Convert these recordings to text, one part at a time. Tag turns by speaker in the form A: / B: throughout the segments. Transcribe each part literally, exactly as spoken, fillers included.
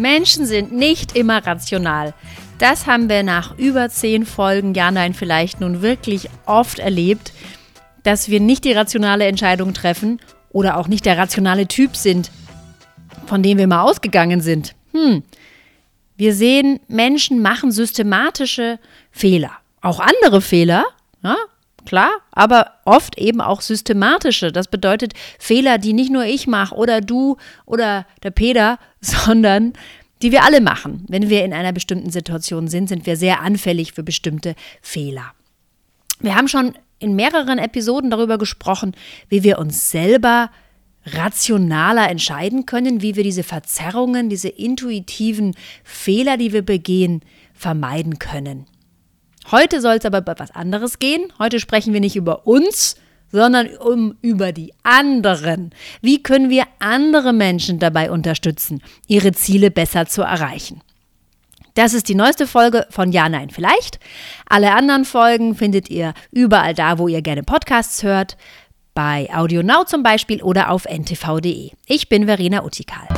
A: Menschen sind nicht immer rational. Das haben wir nach über zehn Folgen, ja nein, vielleicht nun wirklich oft erlebt, dass wir nicht die rationale Entscheidung treffen oder auch nicht der rationale Typ sind, von dem wir mal ausgegangen sind. Hm. Wir sehen, Menschen machen systematische Fehler. Auch andere Fehler, ja, klar, aber oft eben auch systematische. Das bedeutet Fehler, die nicht nur ich mache oder du oder der Peter, sondern die wir alle machen. Wenn wir in einer bestimmten Situation sind, sind wir sehr anfällig für bestimmte Fehler. Wir haben schon in mehreren Episoden darüber gesprochen, wie wir uns selber rationaler entscheiden können, wie wir diese Verzerrungen, diese intuitiven Fehler, die wir begehen, vermeiden können. Heute soll es aber über was anderes gehen. Heute sprechen wir nicht über uns, sondern um über die anderen. Wie können wir andere Menschen dabei unterstützen, ihre Ziele besser zu erreichen? Das ist die neueste Folge von Ja, Nein, Vielleicht. Alle anderen Folgen findet ihr überall da, wo ihr gerne Podcasts hört. Bei AudioNow zum Beispiel oder auf n t v punkt d e. Ich bin Verena Utikal.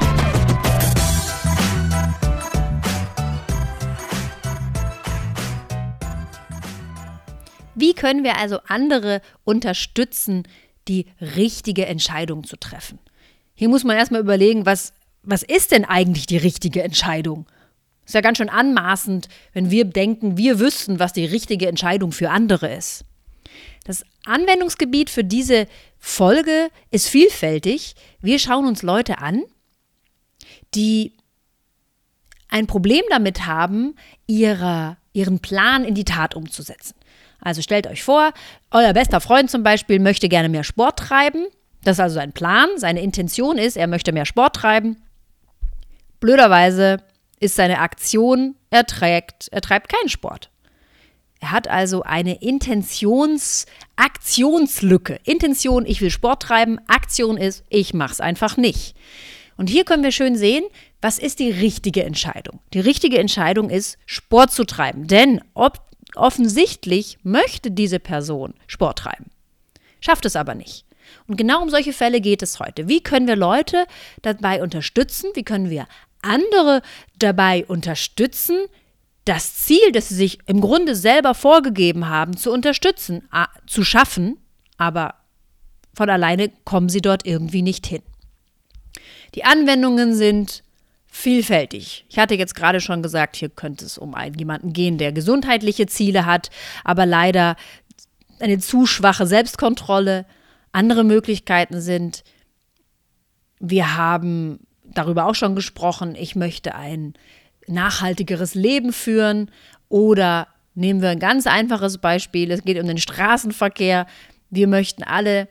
A: Wie können wir also andere unterstützen, die richtige Entscheidung zu treffen? Hier muss man erstmal überlegen, was, was ist denn eigentlich die richtige Entscheidung? Ist ja ganz schön anmaßend, wenn wir denken, wir wüssten, was die richtige Entscheidung für andere ist. Das Anwendungsgebiet für diese Folge ist vielfältig. Wir schauen uns Leute an, die ein Problem damit haben, ihre, ihren Plan in die Tat umzusetzen. Also stellt euch vor, euer bester Freund zum Beispiel möchte gerne mehr Sport treiben. Das ist also sein Plan. Seine Intention ist, er möchte mehr Sport treiben. Blöderweise ist seine Aktion, er, trägt, er treibt keinen Sport. Er hat also eine Intentions-Aktionslücke. Intention, ich will Sport treiben. Aktion ist, ich mache es einfach nicht. Und hier können wir schön sehen, was ist die richtige Entscheidung? Die richtige Entscheidung ist, Sport zu treiben. Denn ob, offensichtlich möchte diese Person Sport treiben, schafft es aber nicht. Und genau um solche Fälle geht es heute. Wie können wir Leute dabei unterstützen? Wie können wir andere dabei unterstützen, das Ziel, das sie sich im Grunde selber vorgegeben haben, zu unterstützen, zu schaffen, aber von alleine kommen sie dort irgendwie nicht hin. Die Anwendungen sind vielfältig. Ich hatte jetzt gerade schon gesagt, hier könnte es um einen, jemanden gehen, der gesundheitliche Ziele hat, aber leider eine zu schwache Selbstkontrolle. Andere Möglichkeiten sind, wir haben darüber auch schon gesprochen, ich möchte ein nachhaltigeres Leben führen, oder nehmen wir ein ganz einfaches Beispiel, es geht um den Straßenverkehr. Wir möchten alle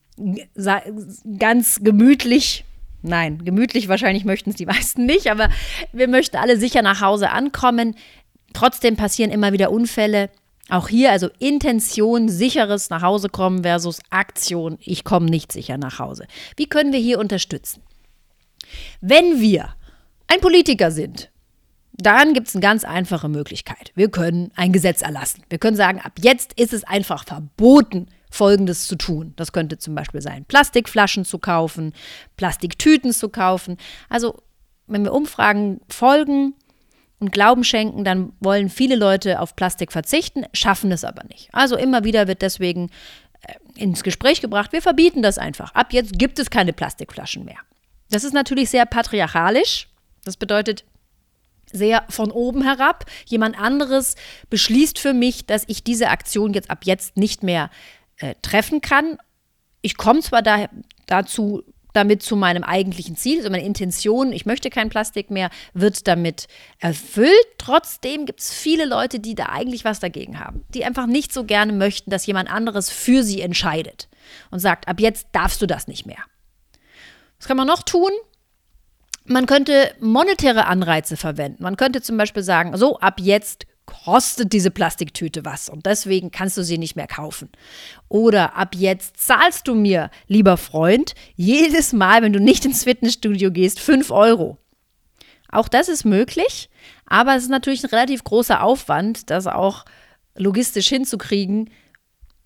A: ganz gemütlich, nein, gemütlich wahrscheinlich möchten es die meisten nicht, aber wir möchten alle sicher nach Hause ankommen. Trotzdem passieren immer wieder Unfälle. Auch hier also Intention, sicheres Nachhausekommen versus Aktion, ich komme nicht sicher nach Hause. Wie können wir hier unterstützen? Wenn wir ein Politiker sind, dann gibt es eine ganz einfache Möglichkeit. Wir können ein Gesetz erlassen. Wir können sagen, ab jetzt ist es einfach verboten, Folgendes zu tun. Das könnte zum Beispiel sein, Plastikflaschen zu kaufen, Plastiktüten zu kaufen. Also wenn wir Umfragen folgen und Glauben schenken, dann wollen viele Leute auf Plastik verzichten, schaffen es aber nicht. Also immer wieder wird deswegen äh, ins Gespräch gebracht, wir verbieten das einfach. Ab jetzt gibt es keine Plastikflaschen mehr. Das ist natürlich sehr patriarchalisch. Das bedeutet sehr von oben herab. Jemand anderes beschließt für mich, dass ich diese Aktion jetzt ab jetzt nicht mehr äh, treffen kann. Ich komme zwar da, dazu, damit zu meinem eigentlichen Ziel, also meine Intention, ich möchte kein Plastik mehr, wird damit erfüllt. Trotzdem gibt es viele Leute, die da eigentlich was dagegen haben, die einfach nicht so gerne möchten, dass jemand anderes für sie entscheidet und sagt, ab jetzt darfst du das nicht mehr. Was kann man noch tun? Man könnte monetäre Anreize verwenden. Man könnte zum Beispiel sagen, so ab jetzt kostet diese Plastiktüte was und deswegen kannst du sie nicht mehr kaufen. Oder ab jetzt zahlst du mir, lieber Freund, jedes Mal, wenn du nicht ins Fitnessstudio gehst, fünf Euro. Auch das ist möglich, aber es ist natürlich ein relativ großer Aufwand, das auch logistisch hinzukriegen.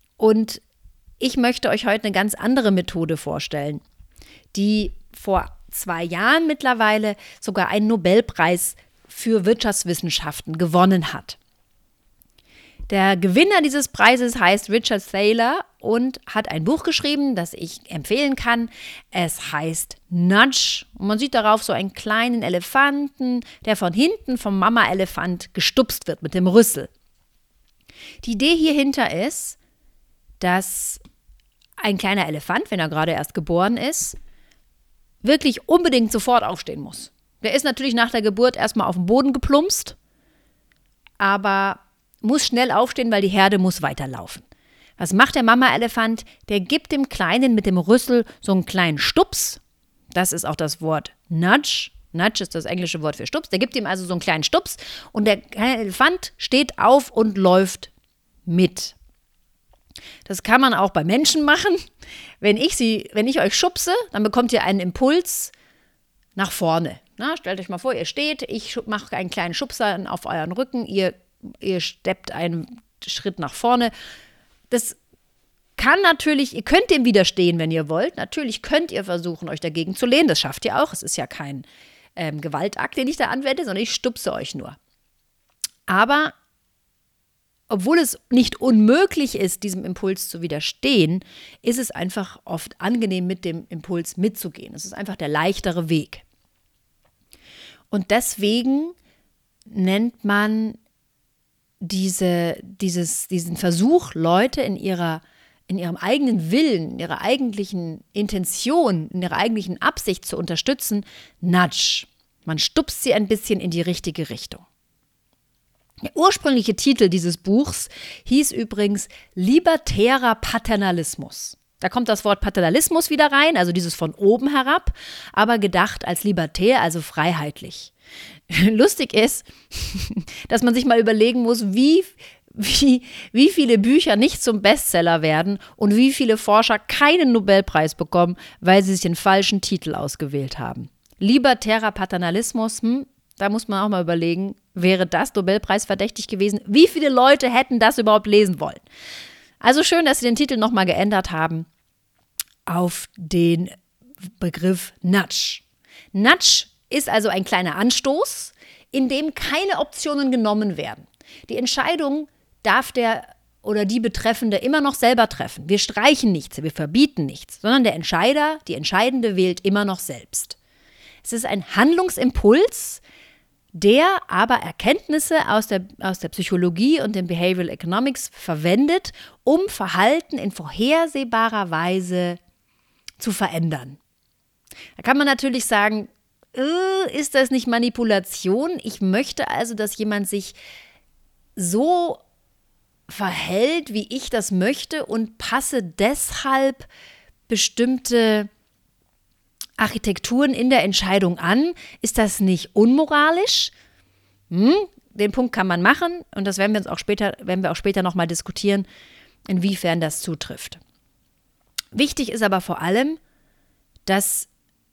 A: Und ich möchte euch heute eine ganz andere Methode vorstellen, die vor zwei Jahren mittlerweile sogar einen Nobelpreis für Wirtschaftswissenschaften gewonnen hat. Der Gewinner dieses Preises heißt Richard Thaler und hat ein Buch geschrieben, das ich empfehlen kann. Es heißt Nudge und man sieht darauf so einen kleinen Elefanten, der von hinten vom Mama-Elefant gestupst wird mit dem Rüssel. Die Idee hierhinter ist, dass ein kleiner Elefant, wenn er gerade erst geboren ist, wirklich unbedingt sofort aufstehen muss. Der ist natürlich nach der Geburt erstmal auf den Boden geplumpst, aber muss schnell aufstehen, weil die Herde muss weiterlaufen. Was macht der Mama-Elefant? Der gibt dem Kleinen mit dem Rüssel so einen kleinen Stups. Das ist auch das Wort Nudge. Nudge ist das englische Wort für Stups. Der gibt ihm also so einen kleinen Stups und der kleine Elefant steht auf und läuft mit. Das kann man auch bei Menschen machen. Wenn ich, sie, wenn ich euch schubse, dann bekommt ihr einen Impuls nach vorne. Na, stellt euch mal vor, ihr steht, ich mache einen kleinen Schubser auf euren Rücken, ihr Ihr steppt einen Schritt nach vorne. Das kann natürlich, ihr könnt dem widerstehen, wenn ihr wollt. Natürlich könnt ihr versuchen, euch dagegen zu lehnen. Das schafft ihr auch. Es ist ja kein ähm, Gewaltakt, den ich da anwende, sondern ich stupse euch nur. Aber obwohl es nicht unmöglich ist, diesem Impuls zu widerstehen, ist es einfach oft angenehm, mit dem Impuls mitzugehen. Es ist einfach der leichtere Weg. Und deswegen nennt man Diese, dieses, diesen Versuch, Leute in, ihrer, in ihrem eigenen Willen, in ihrer eigentlichen Intention, in ihrer eigentlichen Absicht zu unterstützen, Nudge. Man stupst sie ein bisschen in die richtige Richtung. Der ursprüngliche Titel dieses Buchs hieß übrigens Libertärer Paternalismus. Da kommt das Wort Paternalismus wieder rein, also dieses von oben herab, aber gedacht als libertär, also freiheitlich. Lustig ist, dass man sich mal überlegen muss, wie, wie, wie viele Bücher nicht zum Bestseller werden und wie viele Forscher keinen Nobelpreis bekommen, weil sie sich den falschen Titel ausgewählt haben. Libertärer Paternalismus, hm, da muss man auch mal überlegen, wäre das Nobelpreis verdächtig gewesen? Wie viele Leute hätten das überhaupt lesen wollen? Also schön, dass sie den Titel nochmal geändert haben auf den Begriff Nudge. Nudge ist also ein kleiner Anstoß, in dem keine Optionen genommen werden. Die Entscheidung darf der oder die Betreffende immer noch selber treffen. Wir streichen nichts, wir verbieten nichts, sondern der Entscheider, die Entscheidende wählt immer noch selbst. Es ist ein Handlungsimpuls, der aber Erkenntnisse aus der, aus der Psychologie und dem Behavioral Economics verwendet, um Verhalten in vorhersehbarer Weise zu verändern. Da kann man natürlich sagen, äh, ist das nicht Manipulation? Ich möchte also, dass jemand sich so verhält, wie ich das möchte und passe deshalb bestimmte Architekturen in der Entscheidung an. Ist das nicht unmoralisch? Hm, den Punkt kann man machen und das werden wir uns auch später, werden wir auch später nochmal diskutieren, inwiefern das zutrifft. Wichtig ist aber vor allem, dass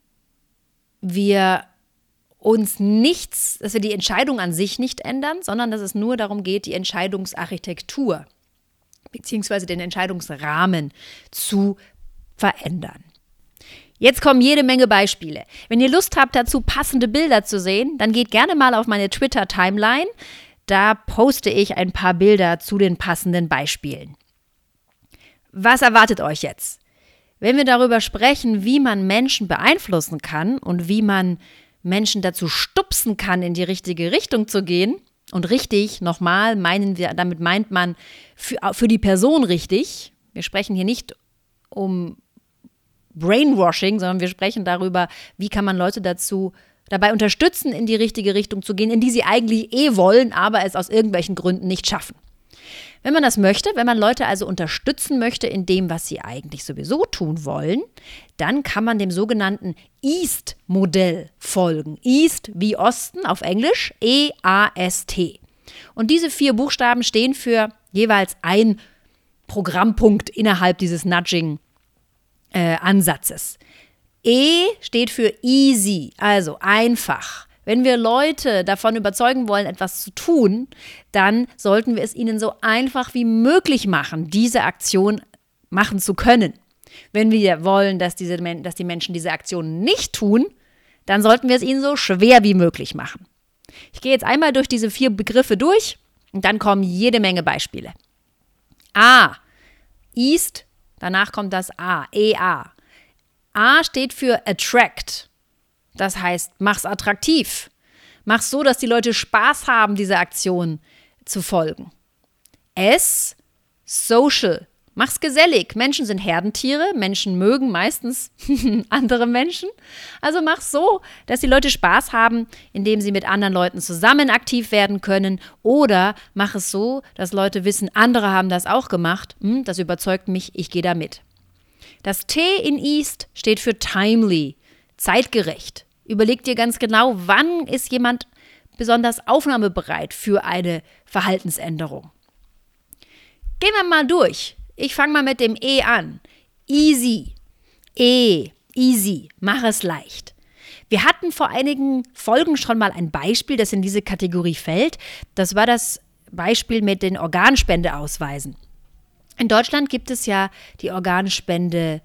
A: wir uns nichts, dass wir die Entscheidung an sich nicht ändern, sondern dass es nur darum geht, die Entscheidungsarchitektur bzw. den Entscheidungsrahmen zu verändern. Jetzt kommen jede Menge Beispiele. Wenn ihr Lust habt, dazu passende Bilder zu sehen, dann geht gerne mal auf meine Twitter-Timeline. Da poste ich ein paar Bilder zu den passenden Beispielen. Was erwartet euch jetzt? Wenn wir darüber sprechen, wie man Menschen beeinflussen kann und wie man Menschen dazu stupsen kann, in die richtige Richtung zu gehen, und richtig, nochmal, meinen wir, damit meint man für, für die Person richtig. Wir sprechen hier nicht um Brainwashing, sondern wir sprechen darüber, wie kann man Leute dazu dabei unterstützen, in die richtige Richtung zu gehen, in die sie eigentlich eh wollen, aber es aus irgendwelchen Gründen nicht schaffen. Wenn man das möchte, wenn man Leute also unterstützen möchte in dem, was sie eigentlich sowieso tun wollen, dann kann man dem sogenannten EAST-Modell folgen. EAST wie Osten auf Englisch, E A S T. Und diese vier Buchstaben stehen für jeweils ein Programmpunkt innerhalb dieses Nudging-Ansatzes. E steht für easy, also einfach. Wenn wir Leute davon überzeugen wollen, etwas zu tun, dann sollten wir es ihnen so einfach wie möglich machen, diese Aktion machen zu können. Wenn wir wollen, dass, diese, dass die Menschen diese Aktion nicht tun, dann sollten wir es ihnen so schwer wie möglich machen. Ich gehe jetzt einmal durch diese vier Begriffe durch und dann kommen jede Menge Beispiele. A, East, danach kommt das A, E A. A steht für Attract, das heißt, mach's attraktiv. Mach's so, dass die Leute Spaß haben, dieser Aktion zu folgen. S, Social. Mach's gesellig. Menschen sind Herdentiere. Menschen mögen meistens andere Menschen. Also mach's so, dass die Leute Spaß haben, indem sie mit anderen Leuten zusammen aktiv werden können. Oder mach es so, dass Leute wissen, andere haben das auch gemacht. Hm, das überzeugt mich, ich gehe da mit. Das T in East steht für timely, zeitgerecht. Überleg dir ganz genau, wann ist jemand besonders aufnahmebereit für eine Verhaltensänderung. Gehen wir mal durch. Ich fange mal mit dem E an. Easy. E. Easy. Mach es leicht. Wir hatten vor einigen Folgen schon mal ein Beispiel, das in diese Kategorie fällt. Das war das Beispiel mit den Organspendeausweisen. In Deutschland gibt es ja die Organspende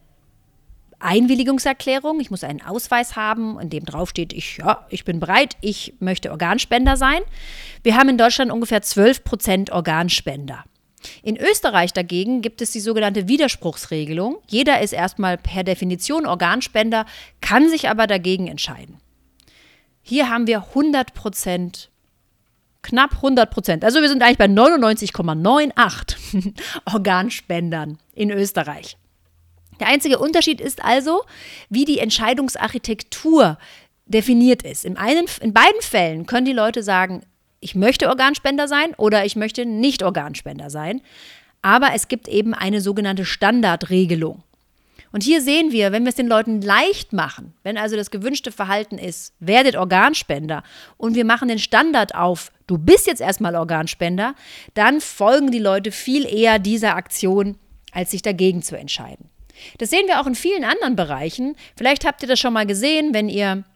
A: Einwilligungserklärung. Ich muss einen Ausweis haben, in dem draufsteht, ich, ja, ich bin bereit, ich möchte Organspender sein. Wir haben in Deutschland ungefähr zwölf Prozent Organspender. In Österreich dagegen gibt es die sogenannte Widerspruchsregelung. Jeder ist erstmal per Definition Organspender, kann sich aber dagegen entscheiden. Hier haben wir hundert Prozent, knapp hundert Prozent. Also wir sind eigentlich bei neunundneunzig Komma achtundneunzig Organspendern in Österreich. Der einzige Unterschied ist also, wie die Entscheidungsarchitektur definiert ist. In, einen, in beiden Fällen können die Leute sagen, ich möchte Organspender sein oder ich möchte nicht Organspender sein. Aber es gibt eben eine sogenannte Standardregelung. Und hier sehen wir, wenn wir es den Leuten leicht machen, wenn also das gewünschte Verhalten ist, werdet Organspender und wir machen den Standard auf, du bist jetzt erstmal Organspender, dann folgen die Leute viel eher dieser Aktion, als sich dagegen zu entscheiden. Das sehen wir auch in vielen anderen Bereichen. Vielleicht habt ihr das schon mal gesehen, wenn ihr,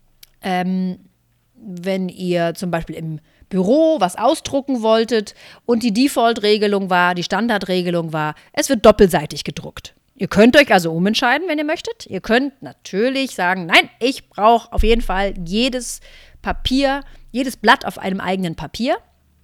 A: ähm, wenn ihr zum Beispiel im Büro was ausdrucken wolltet und die Default-Regelung war, die Standardregelung war, es wird doppelseitig gedruckt. Ihr könnt euch also umentscheiden, wenn ihr möchtet. Ihr könnt natürlich sagen, nein, ich brauche auf jeden Fall jedes Papier, jedes Blatt auf einem eigenen Papier.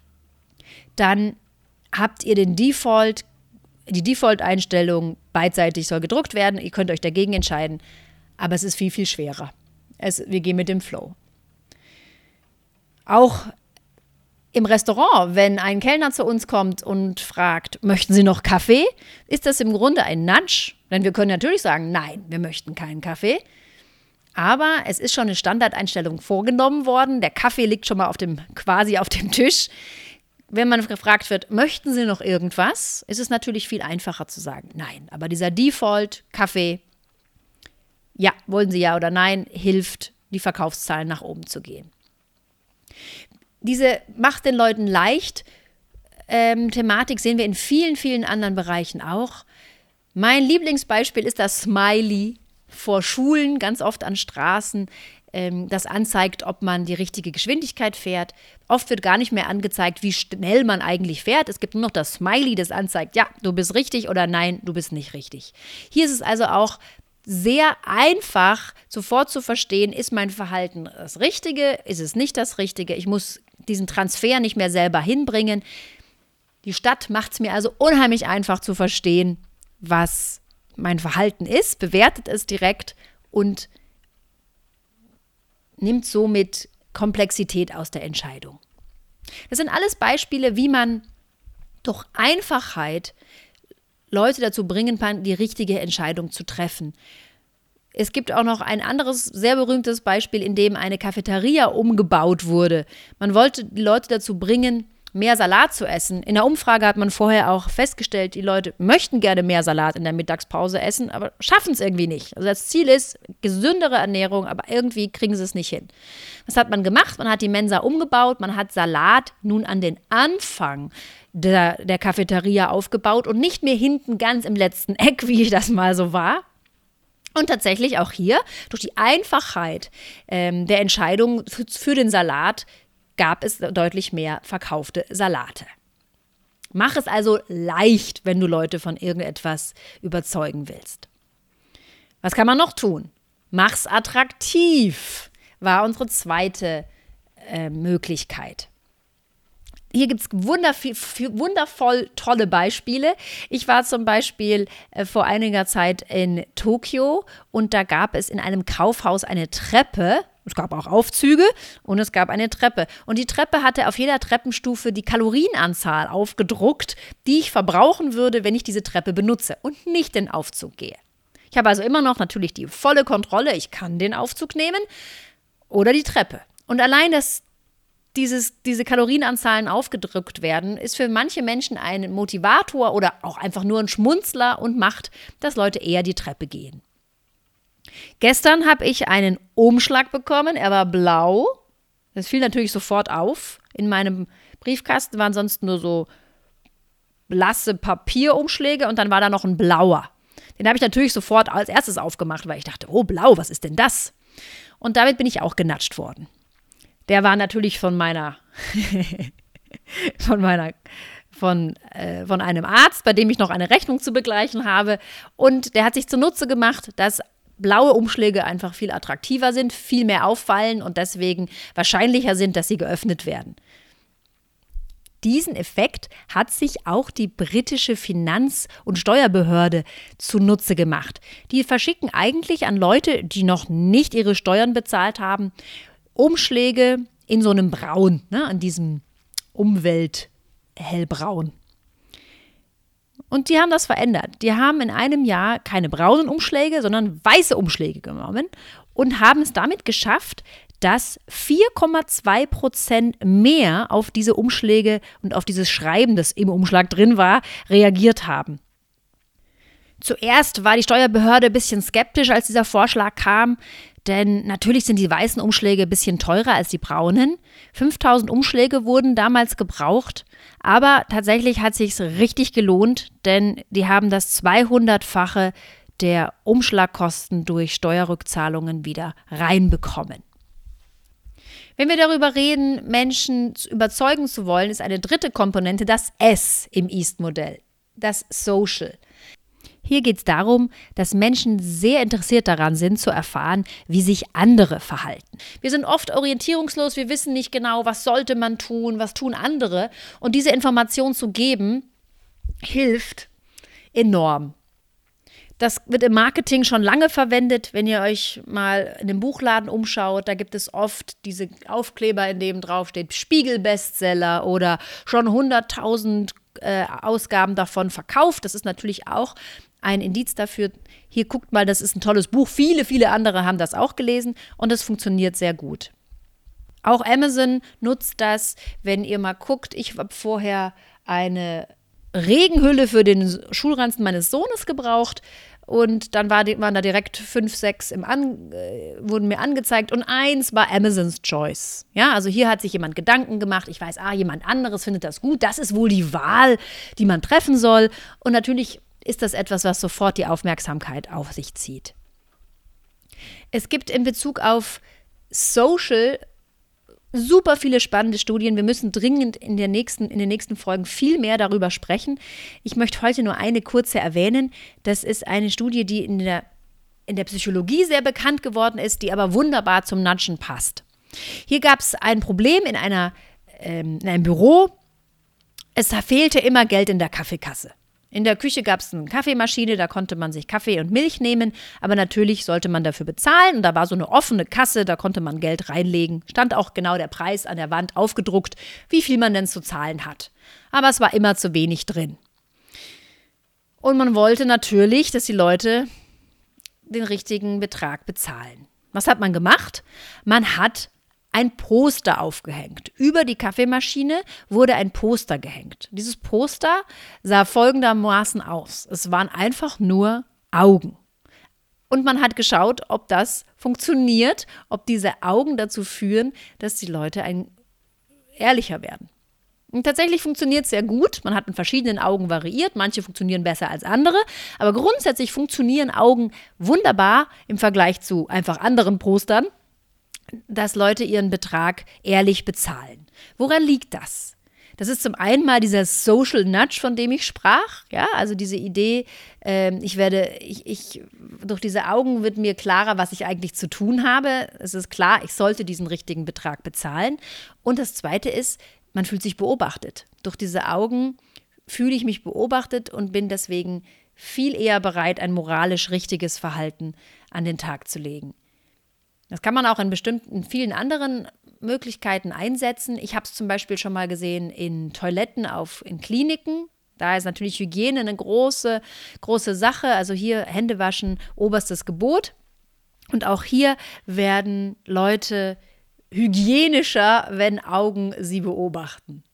A: Dann habt ihr den Default, die Default-Einstellung, beidseitig soll gedruckt werden. Ihr könnt euch dagegen entscheiden, aber es ist viel, viel schwerer. Es, wir gehen mit dem Flow. Auch im Restaurant, wenn ein Kellner zu uns kommt und fragt, möchten Sie noch Kaffee, ist das im Grunde ein Nudge, denn wir können natürlich sagen, nein, wir möchten keinen Kaffee, aber es ist schon eine Standardeinstellung vorgenommen worden, der Kaffee liegt schon mal auf dem, quasi auf dem Tisch. Wenn man gefragt wird, möchten Sie noch irgendwas, ist es natürlich viel einfacher zu sagen, nein, aber dieser Default, Kaffee, ja, wollen Sie ja oder nein, hilft, die Verkaufszahlen nach oben zu gehen. Diese macht den Leuten leicht ähm, Thematik sehen wir in vielen, vielen anderen Bereichen auch. Mein Lieblingsbeispiel ist das Smiley vor Schulen, ganz oft an Straßen, ähm, das anzeigt, ob man die richtige Geschwindigkeit fährt. Oft wird gar nicht mehr angezeigt, wie schnell man eigentlich fährt. Es gibt nur noch das Smiley, das anzeigt, ja, du bist richtig oder nein, du bist nicht richtig. Hier ist es also auch sehr einfach, sofort zu verstehen, ist mein Verhalten das Richtige, ist es nicht das Richtige. Ich muss diesen Transfer nicht mehr selber hinbringen. Die Stadt macht es mir also unheimlich einfach zu verstehen, was mein Verhalten ist, bewertet es direkt und nimmt somit Komplexität aus der Entscheidung. Das sind alles Beispiele, wie man durch Einfachheit Leute dazu bringen kann, die richtige Entscheidung zu treffen. Es gibt auch noch ein anderes, sehr berühmtes Beispiel, in dem eine Cafeteria umgebaut wurde. Man wollte die Leute dazu bringen, mehr Salat zu essen. In der Umfrage hat man vorher auch festgestellt, die Leute möchten gerne mehr Salat in der Mittagspause essen, aber schaffen es irgendwie nicht. Also das Ziel ist gesündere Ernährung, aber irgendwie kriegen sie es nicht hin. Was hat man gemacht? Man hat die Mensa umgebaut, man hat Salat nun an den Anfang der, der Cafeteria aufgebaut und nicht mehr hinten ganz im letzten Eck, wie das mal so war. Und tatsächlich auch hier, durch die Einfachheit ähm, der Entscheidung für, für den Salat, gab es deutlich mehr verkaufte Salate. Mach es also leicht, wenn du Leute von irgendetwas überzeugen willst. Was kann man noch tun? Mach's attraktiv. war unsere zweite äh, Möglichkeit. Hier gibt es wundervoll tolle Beispiele. Ich war zum Beispiel äh, vor einiger Zeit in Tokio und da gab es in einem Kaufhaus eine Treppe. Es gab auch Aufzüge und es gab eine Treppe. Und die Treppe hatte auf jeder Treppenstufe die Kalorienanzahl aufgedruckt, die ich verbrauchen würde, wenn ich diese Treppe benutze und nicht den Aufzug gehe. Ich habe also immer noch natürlich die volle Kontrolle. Ich kann den Aufzug nehmen oder die Treppe. Und allein, dass dieses, diese Kalorienanzahlen aufgedrückt werden, ist für manche Menschen ein Motivator oder auch einfach nur ein Schmunzler und macht, dass Leute eher die Treppe gehen. Gestern habe ich einen Umschlag bekommen, er war blau. Das fiel natürlich sofort auf. In meinem Briefkasten waren sonst nur so blasse Papierumschläge und dann war da noch ein blauer. Den habe ich natürlich sofort als erstes aufgemacht, weil ich dachte, oh blau, was ist denn das? Und damit bin ich auch genatscht worden. Der war natürlich von meiner, von meiner, von, äh, von einem Arzt, bei dem ich noch eine Rechnung zu begleichen habe. Und der hat sich zunutze gemacht, dass blaue Umschläge einfach viel attraktiver sind, viel mehr auffallen und deswegen wahrscheinlicher sind, dass sie geöffnet werden. Diesen Effekt hat sich auch die britische Finanz- und Steuerbehörde zunutze gemacht. Die verschicken eigentlich an Leute, die noch nicht ihre Steuern bezahlt haben, Umschläge in so einem Braun, ne, an diesem Umwelthellbraun. Und die haben das verändert. Die haben in einem Jahr keine braunen Umschläge, sondern weiße Umschläge genommen und haben es damit geschafft, dass vier Komma zwei Prozent mehr auf diese Umschläge und auf dieses Schreiben, das im Umschlag drin war, reagiert haben. Zuerst war die Steuerbehörde ein bisschen skeptisch, als dieser Vorschlag kam, denn natürlich sind die weißen Umschläge ein bisschen teurer als die braunen. fünftausend Umschläge wurden damals gebraucht, aber tatsächlich hat es sich richtig gelohnt, denn die haben das zweihundertfache der Umschlagkosten durch Steuerrückzahlungen wieder reinbekommen. Wenn wir darüber reden, Menschen überzeugen zu wollen, ist eine dritte Komponente das S im East-Modell, das Social. Hier geht es darum, dass Menschen sehr interessiert daran sind, zu erfahren, wie sich andere verhalten. Wir sind oft orientierungslos, wir wissen nicht genau, was sollte man tun, was tun andere. Und diese Information zu geben, hilft enorm. Das wird im Marketing schon lange verwendet, wenn ihr euch mal in dem Buchladen umschaut. Da gibt es oft diese Aufkleber, in dem draufsteht Spiegel-Bestseller oder schon hunderttausend äh, Ausgaben davon verkauft. Das ist natürlich auch ein Indiz dafür, hier guckt mal, das ist ein tolles Buch. Viele, viele andere haben das auch gelesen und es funktioniert sehr gut. Auch Amazon nutzt das, wenn ihr mal guckt. Ich habe vorher eine Regenhülle für den Schulranzen meines Sohnes gebraucht und dann war, waren da direkt fünf, sechs im An, äh, wurden mir angezeigt und eins war Amazon's Choice. Ja, also hier hat sich jemand Gedanken gemacht. Ich weiß, ah, jemand anderes findet das gut. Das ist wohl die Wahl, die man treffen soll. Und natürlich ist das etwas, was sofort die Aufmerksamkeit auf sich zieht. Es gibt in Bezug auf Social super viele spannende Studien. Wir müssen dringend in, der nächsten, in den nächsten Folgen viel mehr darüber sprechen. Ich möchte heute nur eine kurze erwähnen. Das ist eine Studie, die in der, in der Psychologie sehr bekannt geworden ist, die aber wunderbar zum Nudgen passt. Hier gab es ein Problem in, einer, ähm, in einem Büro. Es fehlte immer Geld in der Kaffeekasse. In der Küche gab es eine Kaffeemaschine, da konnte man sich Kaffee und Milch nehmen, aber natürlich sollte man dafür bezahlen und da war so eine offene Kasse, da konnte man Geld reinlegen. Stand auch genau der Preis an der Wand aufgedruckt, wie viel man denn zu zahlen hat. Aber es war immer zu wenig drin. Und man wollte natürlich, dass die Leute den richtigen Betrag bezahlen. Was hat man gemacht? Man hat ein Poster aufgehängt. Über die Kaffeemaschine wurde ein Poster gehängt. Dieses Poster sah folgendermaßen aus. Es waren einfach nur Augen. Und man hat geschaut, ob das funktioniert, ob diese Augen dazu führen, dass die Leute ein ehrlicher werden. Und tatsächlich funktioniert es sehr gut. Man hat in verschiedenen Augen variiert. Manche funktionieren besser als andere. Aber grundsätzlich funktionieren Augen wunderbar im Vergleich zu einfach anderen Postern, dass Leute ihren Betrag ehrlich bezahlen. Woran liegt das? Das ist zum einen mal dieser Social Nudge, von dem ich sprach. Ja, also diese Idee, ähm, ich werde, ich, ich, durch diese Augen wird mir klarer, was ich eigentlich zu tun habe. Es ist klar, ich sollte diesen richtigen Betrag bezahlen. Und das Zweite ist, man fühlt sich beobachtet. Durch diese Augen fühle ich mich beobachtet und bin deswegen viel eher bereit, ein moralisch richtiges Verhalten an den Tag zu legen. Das kann man auch in bestimmten, vielen anderen Möglichkeiten einsetzen. Ich habe es zum Beispiel schon mal gesehen in Toiletten, auf, in Kliniken. Da ist natürlich Hygiene eine große, große Sache. Also hier Hände waschen, oberstes Gebot. Und auch hier werden Leute hygienischer, wenn Augen sie beobachten.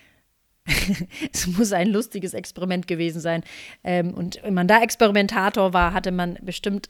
A: Es muss ein lustiges Experiment gewesen sein. Ähm, und wenn man da Experimentator war, hatte man bestimmt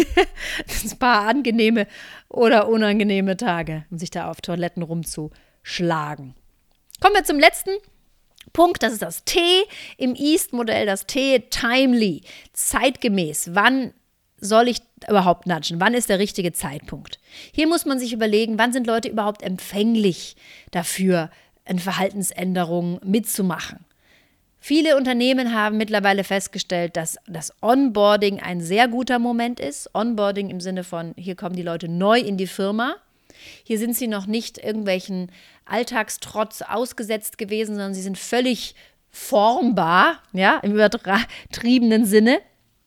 A: ein paar angenehme oder unangenehme Tage, um sich da auf Toiletten rumzuschlagen. Kommen wir zum letzten Punkt, das ist das T im East-Modell, das T, timely, zeitgemäß. Wann soll ich überhaupt nudgen? Wann ist der richtige Zeitpunkt? Hier muss man sich überlegen, wann sind Leute überhaupt empfänglich dafür, eine Verhaltensänderung mitzumachen. Viele Unternehmen haben mittlerweile festgestellt, dass das Onboarding ein sehr guter Moment ist. Onboarding im Sinne von, hier kommen die Leute neu in die Firma. Hier sind sie noch nicht irgendwelchen Alltagstrotz ausgesetzt gewesen, sondern sie sind völlig formbar, ja, im übertriebenen Sinne.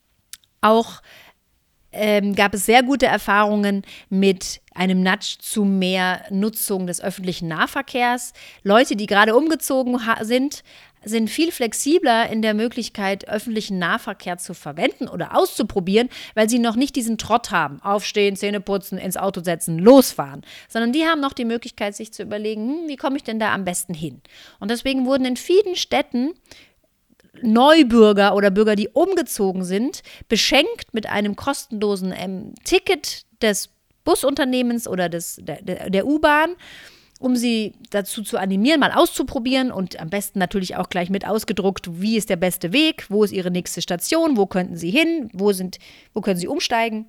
A: Auch Ähm, gab es sehr gute Erfahrungen mit einem Nudge zu mehr Nutzung des öffentlichen Nahverkehrs. Leute, die gerade umgezogen ha- sind, sind viel flexibler in der Möglichkeit, öffentlichen Nahverkehr zu verwenden oder auszuprobieren, weil sie noch nicht diesen Trott haben. Aufstehen, Zähne putzen, ins Auto setzen, losfahren. Sondern die haben noch die Möglichkeit, sich zu überlegen, hm, wie komme ich denn da am besten hin? Und deswegen wurden in vielen Städten Neubürger oder Bürger, die umgezogen sind, beschenkt mit einem kostenlosen ähm, Ticket des Busunternehmens oder des, der, der U-Bahn, um sie dazu zu animieren, mal auszuprobieren und am besten natürlich auch gleich mit ausgedruckt, wie ist der beste Weg, wo ist ihre nächste Station, wo könnten sie hin, wo, sind, wo können sie umsteigen.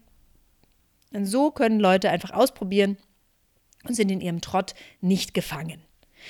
A: Und so können Leute einfach ausprobieren und sind in ihrem Trott nicht gefangen.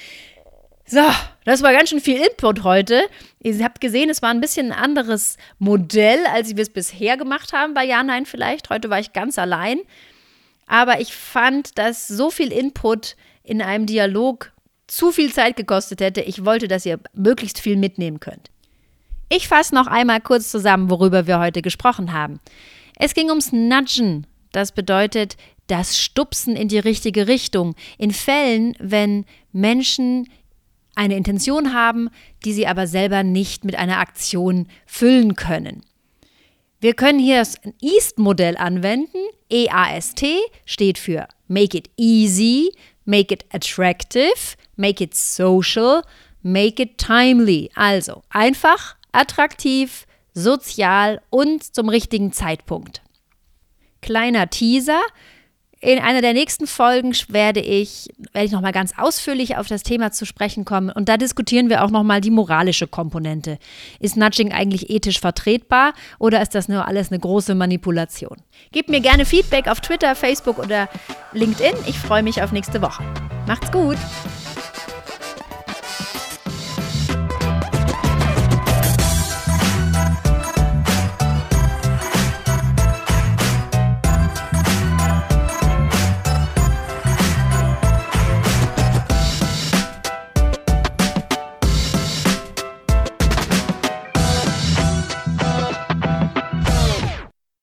A: So, das war ganz schön viel Input heute. Ihr habt gesehen, es war ein bisschen ein anderes Modell, als wir es bisher gemacht haben bei Ja, Nein vielleicht. Heute war ich ganz allein. Aber ich fand, dass so viel Input in einem Dialog zu viel Zeit gekostet hätte. Ich wollte, dass ihr möglichst viel mitnehmen könnt. Ich fasse noch einmal kurz zusammen, worüber wir heute gesprochen haben. Es ging ums Nudgen. Das bedeutet das Stupsen in die richtige Richtung. In Fällen, wenn Menschen eine Intention haben, die sie aber selber nicht mit einer Aktion füllen können. Wir können hier das EAST-Modell anwenden. E A S T steht für Make it easy, make it attractive, make it social, make it timely. Also einfach, attraktiv, sozial und zum richtigen Zeitpunkt. Kleiner Teaser. In einer der nächsten Folgen werde ich, werde ich nochmal ganz ausführlich auf das Thema zu sprechen kommen und da diskutieren wir auch nochmal die moralische Komponente. Ist Nudging eigentlich ethisch vertretbar oder ist das nur alles eine große Manipulation? Gebt mir gerne Feedback auf Twitter, Facebook oder LinkedIn. Ich freue mich auf nächste Woche. Macht's gut!